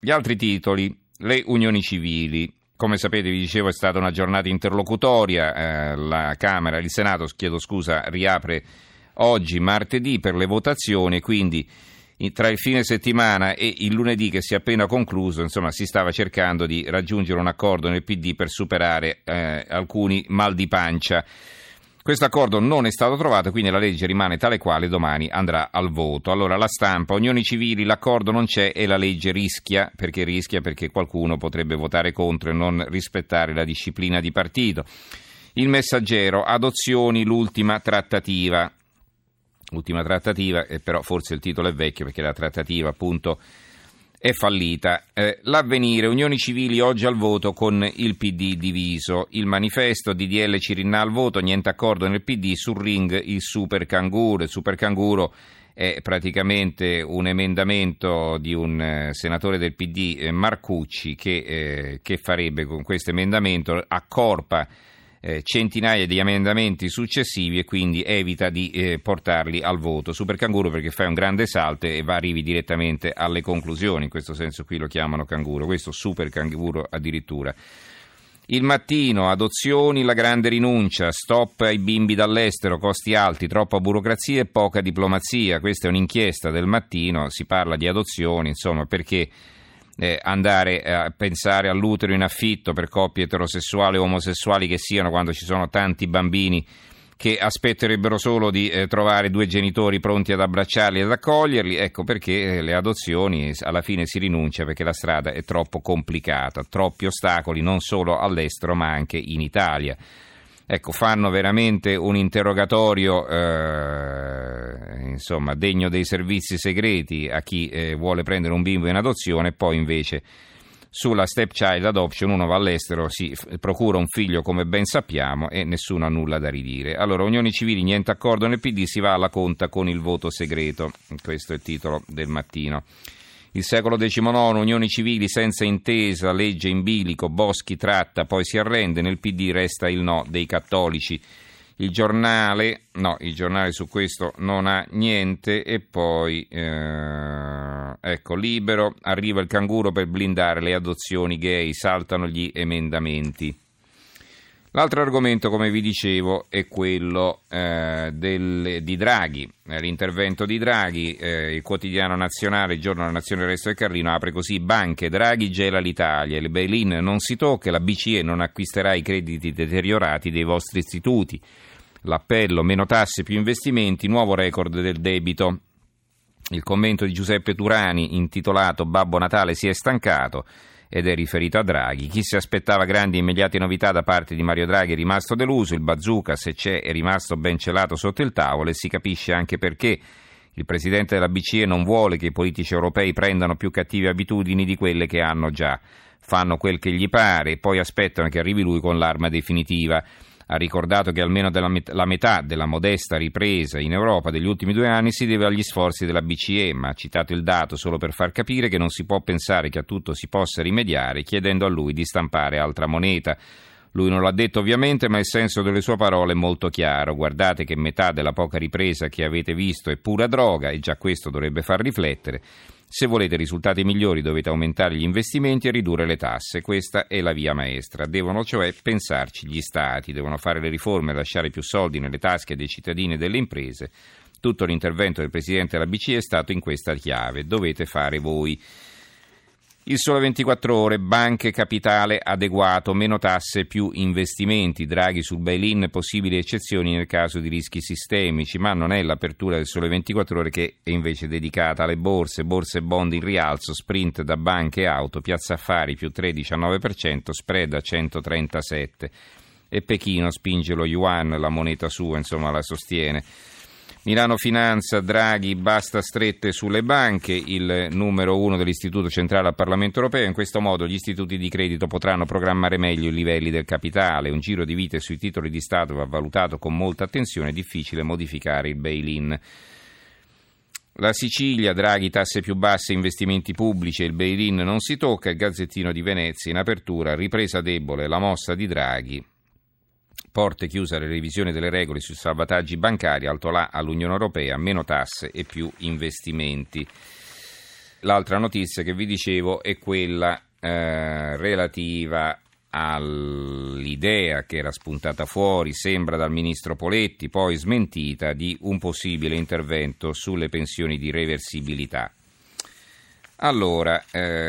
Gli altri titoli, le unioni civili. Come sapete, vi dicevo, è stata una giornata interlocutoria, il Senato, riapre oggi, martedì, per le votazioni, quindi tra il fine settimana e il lunedì che si è appena concluso, si stava cercando di raggiungere un accordo nel PD per superare alcuni mal di pancia. Questo accordo non è stato trovato, quindi la legge rimane tale quale, domani andrà al voto. Allora, la Stampa, unioni civili, l'accordo non c'è e la legge rischia perché qualcuno potrebbe votare contro e non rispettare la disciplina di partito. Il Messaggero, adozioni, l'ultima trattativa, però forse il titolo è vecchio perché la trattativa appunto è fallita. L'Avvenire, unioni civili oggi al voto con il PD diviso. Il Manifesto, DDL Cirinnà al voto, niente accordo nel PD, sul ring il super canguro. Il super canguro è praticamente un emendamento di un senatore del PD, Marcucci, che farebbe con questo emendamento, accorpa centinaia di emendamenti successivi e quindi evita di portarli al voto. Super canguro perché fai un grande salto e arrivi direttamente alle conclusioni, in questo senso qui lo chiamano canguro, questo super canguro addirittura. Il Mattino, adozioni, la grande rinuncia, stop ai bimbi dall'estero, costi alti, troppa burocrazia e poca diplomazia. Questa è un'inchiesta del Mattino, si parla di adozioni, perché andare a pensare all'utero in affitto per coppie eterosessuali o omosessuali che siano, quando ci sono tanti bambini che aspetterebbero solo di trovare due genitori pronti ad abbracciarli e ad accoglierli. Ecco perché le adozioni alla fine si rinuncia, perché la strada è troppo complicata, troppi ostacoli non solo all'estero ma anche in Italia. Ecco, fanno veramente un interrogatorio degno dei servizi segreti a chi vuole prendere un bimbo in adozione, e poi invece sulla stepchild adoption uno va all'estero, si procura un figlio come ben sappiamo e nessuno ha nulla da ridire. Allora, unioni civili, niente accordo nel PD, si va alla conta con il voto segreto. Questo è il titolo del Mattino. Il Secolo XIX, unioni civili senza intesa, legge in bilico, Boschi tratta, poi si arrende, nel PD resta il no dei cattolici. Il giornale su questo non ha niente, e poi Libero, arriva il canguro per blindare le adozioni gay, saltano gli emendamenti. L'altro argomento, come vi dicevo, è quello di Draghi, l'intervento di Draghi. Il quotidiano nazionale, il giorno della Nazione, il Resto del Carlino, apre così: banche, Draghi gela l'Italia, il bail-in non si tocca, la BCE non acquisterà i crediti deteriorati dei vostri istituti. L'appello, meno tasse, più investimenti, nuovo record del debito. Il commento di Giuseppe Turani, intitolato Babbo Natale si è stancato, ed è riferito a Draghi. Chi si aspettava grandi e immediate novità da parte di Mario Draghi è rimasto deluso, il bazooka, se c'è, è rimasto ben celato sotto il tavolo, e si capisce anche perché. Il presidente della BCE non vuole che i politici europei prendano più cattive abitudini di quelle che hanno già. Fanno quel che gli pare e poi aspettano che arrivi lui con l'arma definitiva. Ha ricordato che almeno la metà della modesta ripresa in Europa degli ultimi 2 anni si deve agli sforzi della BCE, ma ha citato il dato solo per far capire che non si può pensare che a tutto si possa rimediare chiedendo a lui di stampare altra moneta. Lui non l'ha detto ovviamente, ma il senso delle sue parole è molto chiaro. Guardate che metà della poca ripresa che avete visto è pura droga, e già questo dovrebbe far riflettere. Se volete risultati migliori dovete aumentare gli investimenti e ridurre le tasse. Questa è la via maestra. Devono cioè pensarci gli stati, devono fare le riforme e lasciare più soldi nelle tasche dei cittadini e delle imprese. Tutto l'intervento del Presidente della BCE è stato in questa chiave. Dovete fare voi. Il Sole 24 Ore, banche, capitale adeguato, meno tasse, più investimenti. Draghi sul bail-in, possibili eccezioni nel caso di rischi sistemici, ma non è l'apertura del Sole 24 Ore, che è invece dedicata alle borse e bond in rialzo, sprint da banche e auto, Piazza Affari più 13,9%, spread a 137, e Pechino spinge lo yuan, la moneta sua, la sostiene. Milano Finanza, Draghi, basta strette sulle banche, il numero 1 dell'Istituto Centrale al Parlamento Europeo. In questo modo gli istituti di credito potranno programmare meglio i livelli del capitale. Un giro di vite sui titoli di Stato va valutato con molta attenzione, è difficile modificare il bail-in. La Sicilia, Draghi, tasse più basse, investimenti pubblici, il bail-in non si tocca. Il Gazzettino di Venezia, in apertura, ripresa debole, la mossa di Draghi. Porte chiuse alle revisioni delle regole sui salvataggi bancari, alto là all'Unione Europea, meno tasse e più investimenti. l'altra notizia che vi dicevo è quella relativa all'idea che era spuntata fuori, sembra dal ministro Poletti, poi smentita, di un possibile intervento sulle pensioni di reversibilità. Allora,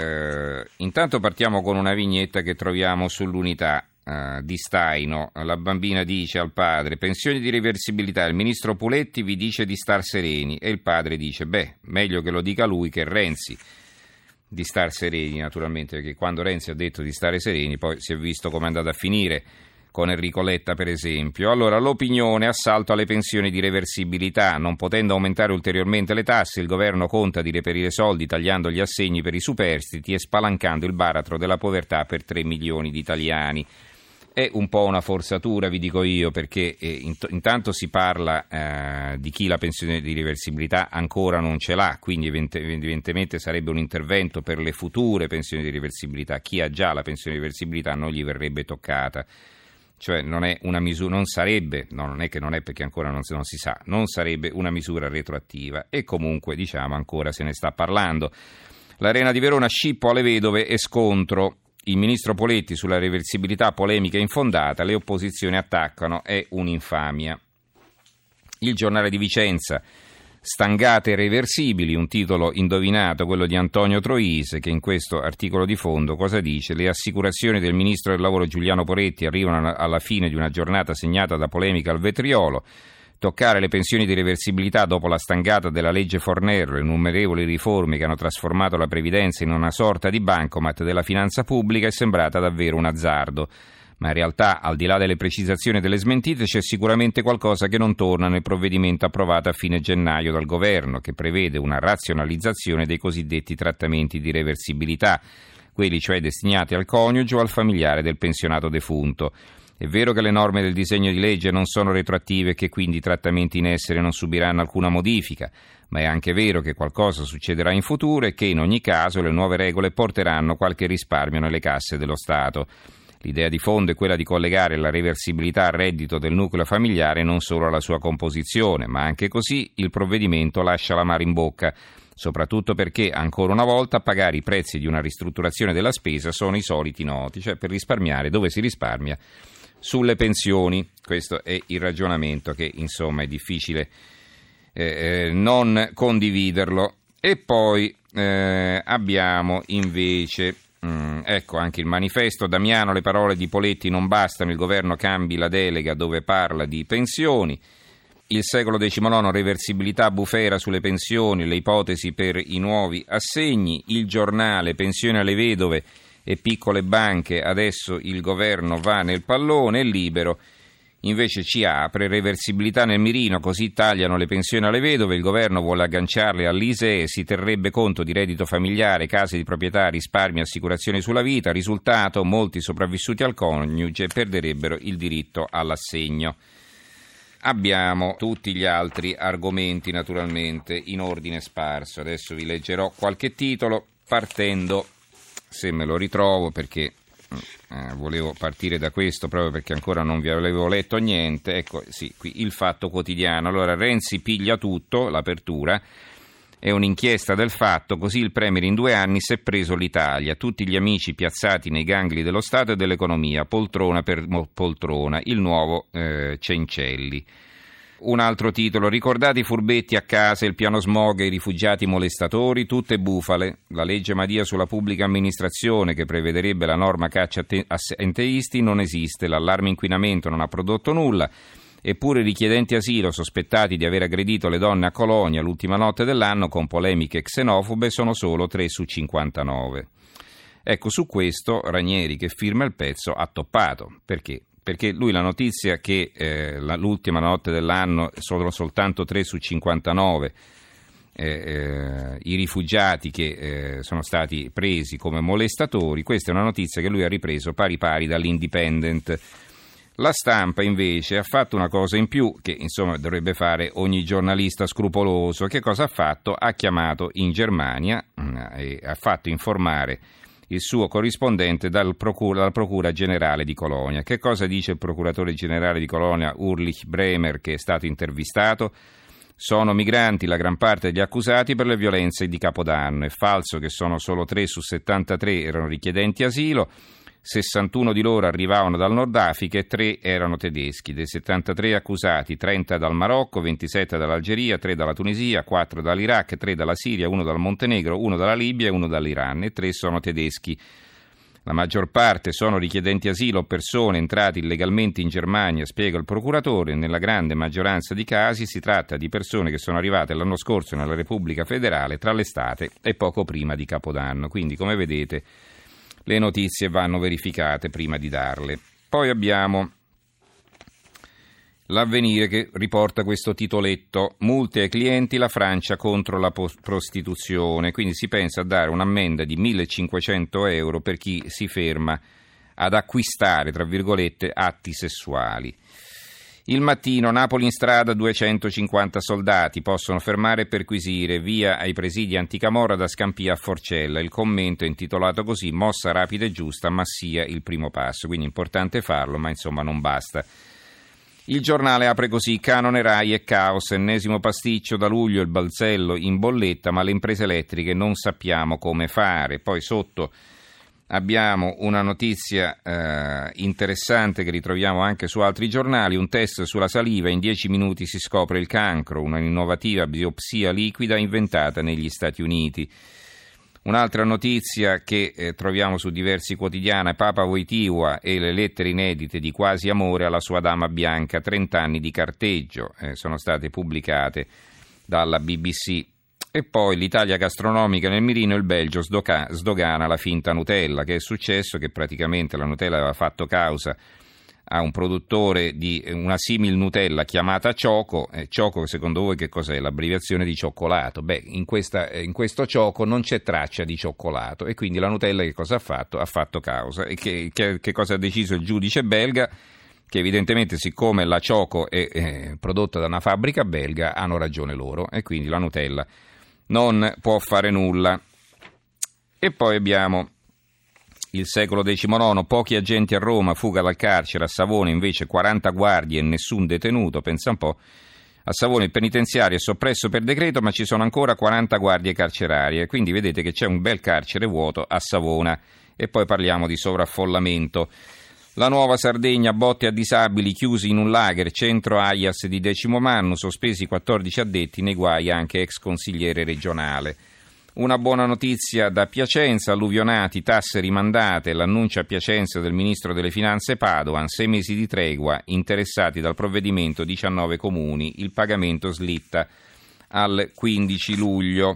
intanto partiamo con una vignetta che troviamo sull'Unità di Staino. La bambina dice al padre: pensioni di reversibilità, il ministro Poletti vi dice di star sereni, e il padre dice: beh, meglio che lo dica lui che Renzi. Di star sereni, naturalmente, perché quando Renzi ha detto di stare sereni poi si è visto come è andata a finire con Enrico Letta, per esempio. Allora, l'opinione: assalto alle pensioni di reversibilità. Non potendo aumentare ulteriormente le tasse, il governo conta di reperire soldi tagliando gli assegni per i superstiti e spalancando il baratro della povertà per 3 milioni di italiani. È un po' una forzatura, vi dico io, perché intanto si parla di chi la pensione di reversibilità ancora non ce l'ha, quindi evidentemente sarebbe un intervento per le future pensioni di reversibilità. Chi ha già la pensione di reversibilità non gli verrebbe toccata. Cioè non è una misura, non sarebbe, no, non è che non è perché ancora non si sa, non sarebbe una misura retroattiva, e comunque diciamo ancora se ne sta parlando. L'Arena di Verona, scippo alle vedove e scontro. Il ministro Poletti sulla reversibilità, polemica infondata, le opposizioni attaccano, è un'infamia. Il Giornale di Vicenza, stangate reversibili, un titolo indovinato, quello di Antonio Troise, che in questo articolo di fondo cosa dice? Le assicurazioni del ministro del lavoro Giuliano Poletti arrivano alla fine di una giornata segnata da polemica al vetriolo. Toccare le pensioni di reversibilità dopo la stangata della legge Fornero, le innumerevoli riforme che hanno trasformato la previdenza in una sorta di bancomat della finanza pubblica, è sembrata davvero un azzardo. Ma in realtà, al di là delle precisazioni e delle smentite, c'è sicuramente qualcosa che non torna nel provvedimento approvato a fine gennaio dal governo, che prevede una razionalizzazione dei cosiddetti trattamenti di reversibilità, quelli cioè destinati al coniuge o al familiare del pensionato defunto. È vero che le norme del disegno di legge non sono retroattive e che quindi i trattamenti in essere non subiranno alcuna modifica, ma è anche vero che qualcosa succederà in futuro e che in ogni caso le nuove regole porteranno qualche risparmio nelle casse dello Stato. L'idea di fondo è quella di collegare la reversibilità al reddito del nucleo familiare, non solo alla sua composizione, ma anche così il provvedimento lascia l'amaro in bocca, soprattutto perché ancora una volta a pagare i prezzi di una ristrutturazione della spesa sono i soliti noti, cioè per risparmiare dove si risparmia? Sulle pensioni. Questo è il ragionamento che insomma è difficile non condividerlo. E poi abbiamo invece ecco anche il manifesto. Damiano, le parole di Poletti non bastano, il governo cambi la delega dove parla di pensioni. Il Secolo XIX, reversibilità bufera sulle pensioni, le ipotesi per i nuovi assegni. Il Giornale, pensioni alle vedove e piccole banche, adesso il governo va nel pallone. E Libero invece ci apre: reversibilità nel mirino, così tagliano le pensioni alle vedove, il governo vuole agganciarle all'ISEE, si terrebbe conto di reddito familiare, case di proprietà, risparmi, assicurazioni sulla vita, risultato molti sopravvissuti al coniuge perderebbero il diritto all'assegno. Abbiamo tutti gli altri argomenti naturalmente in ordine sparso, adesso vi leggerò qualche titolo partendo, se me lo ritrovo, perché volevo partire da questo proprio perché ancora non vi avevo letto niente. Ecco, sì, qui il Fatto Quotidiano. Allora, Renzi piglia tutto, l'apertura è un'inchiesta del Fatto, così il Premier in 2 anni si è preso l'Italia, tutti gli amici piazzati nei gangli dello Stato e dell'economia, poltrona per poltrona, il nuovo Cencelli. Un altro titolo: ricordate i furbetti a casa, il piano smog e i rifugiati molestatori, tutte bufale. La legge Madia sulla pubblica amministrazione, che prevederebbe la norma caccia assenteisti, non esiste, l'allarme inquinamento non ha prodotto nulla, eppure i richiedenti asilo sospettati di aver aggredito le donne a Colonia l'ultima notte dell'anno con polemiche xenofobe sono solo 3 su 59. Ecco, su questo Ranieri, che firma il pezzo, ha toppato. Perché? Perché lui la notizia che l'ultima notte dell'anno sono soltanto 3 su 59 i rifugiati che sono stati presi come molestatori, questa è una notizia che lui ha ripreso pari pari dall'Independent. La Stampa invece ha fatto una cosa in più che insomma dovrebbe fare ogni giornalista scrupoloso. Che cosa ha fatto? Ha chiamato in Germania e ha fatto informare il suo corrispondente dalla Procura Generale di Colonia. Che cosa dice il Procuratore Generale di Colonia, Ulrich Bremer, che è stato intervistato? Sono migranti la gran parte degli accusati per le violenze di Capodanno. È falso che sono solo 3 su 73 erano richiedenti asilo. 61 di loro arrivavano dal Nord Africa e 3 erano tedeschi. Dei 73 accusati, 30 dal Marocco, 27 dall'Algeria, 3 dalla Tunisia, 4 dall'Iraq, 3 dalla Siria, 1 dal Montenegro, 1 dalla Libia e 1 dall'Iran, e 3 sono tedeschi. La maggior parte sono richiedenti asilo o persone entrate illegalmente in Germania, spiega il procuratore. Nella grande maggioranza di casi si tratta di persone che sono arrivate l'anno scorso nella Repubblica Federale tra l'estate e poco prima di Capodanno. Quindi, come vedete, le notizie vanno verificate prima di darle. Poi abbiamo l'Avvenire che riporta questo titoletto: multe ai clienti, la Francia contro la prostituzione. Quindi si pensa a dare un'ammenda di 1.500 euro per chi si ferma ad acquistare, tra virgolette, atti sessuali. Il Mattino: Napoli in strada, 250 soldati, possono fermare e perquisire, via ai presidi anticamorra da Scampia a Forcella. Il commento è intitolato così: mossa rapida e giusta, ma sia il primo passo. Quindi importante farlo, ma insomma non basta. Il Giornale apre così: canone Rai e caos, ennesimo pasticcio, da luglio il balzello in bolletta, ma le imprese elettriche non sappiamo come fare. Poi sotto abbiamo una notizia interessante che ritroviamo anche su altri giornali: un test sulla saliva, in 10 minuti si scopre il cancro, una innovativa biopsia liquida inventata negli Stati Uniti. Un'altra notizia che troviamo su diversi quotidiani: Papa Wojtyła e le lettere inedite di quasi amore alla sua dama bianca, 30 anni di carteggio, sono state pubblicate dalla BBC. E poi l'Italia gastronomica nel mirino, il Belgio sdogana la finta Nutella. Che è successo? Che praticamente la Nutella aveva fatto causa a un produttore di una simil Nutella chiamata Ciocco. Ciocco, secondo voi che cos'è? L'abbreviazione di cioccolato. Beh, in questo Ciocco non c'è traccia di cioccolato, e quindi la Nutella che cosa ha fatto? Ha fatto causa. E che cosa ha deciso il giudice belga? Che evidentemente, siccome la Ciocco è prodotta da una fabbrica belga, hanno ragione loro, e quindi la Nutella non può fare nulla. E poi abbiamo il Secolo XIX: pochi agenti a Roma, fuga dal carcere, a Savona invece 40 guardie e nessun detenuto. Pensa un po', a Savona il penitenziario è soppresso per decreto, ma ci sono ancora 40 guardie carcerarie, quindi vedete che c'è un bel carcere vuoto a Savona. E poi parliamo di sovraffollamento. La Nuova Sardegna: botte a disabili chiusi in un lager, centro AIAS di Decimomannu, sospesi 14 addetti, nei guai anche ex consigliere regionale. Una buona notizia da Piacenza: alluvionati, tasse rimandate, l'annuncio a Piacenza del ministro delle finanze Padoan, 6 mesi di tregua, interessati dal provvedimento 19 comuni, il pagamento slitta al 15 luglio.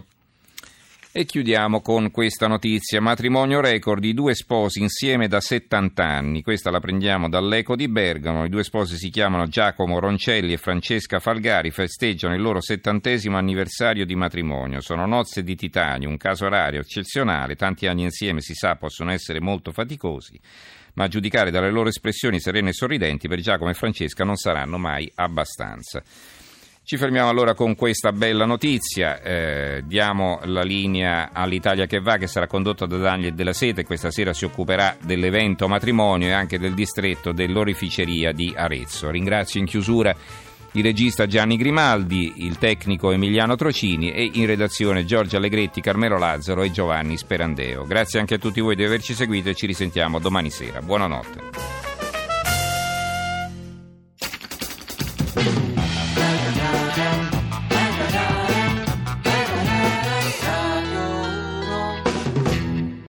E chiudiamo con questa notizia: matrimonio record, i 2 sposi insieme da 70 anni. Questa la prendiamo dall'Eco di Bergamo. I 2 sposi si chiamano Giacomo Roncelli e Francesca Falgari, festeggiano il loro 70° anniversario di matrimonio. Sono nozze di titanio, un caso raro, eccezionale. Tanti anni insieme, si sa, possono essere molto faticosi, ma a giudicare dalle loro espressioni serene e sorridenti, per Giacomo e Francesca non saranno mai abbastanza. Ci fermiamo allora con questa bella notizia, diamo la linea all'Italia che va, che sarà condotta da Daniel Della Seta, e questa sera si occuperà dell'evento matrimonio e anche del distretto dell'oreficeria di Arezzo. Ringrazio in chiusura il regista Gianni Grimaldi, il tecnico Emiliano Trocini e in redazione Giorgio Allegretti, Carmelo Lazzaro e Giovanni Sperandeo. Grazie anche a tutti voi di averci seguito e ci risentiamo domani sera. Buonanotte.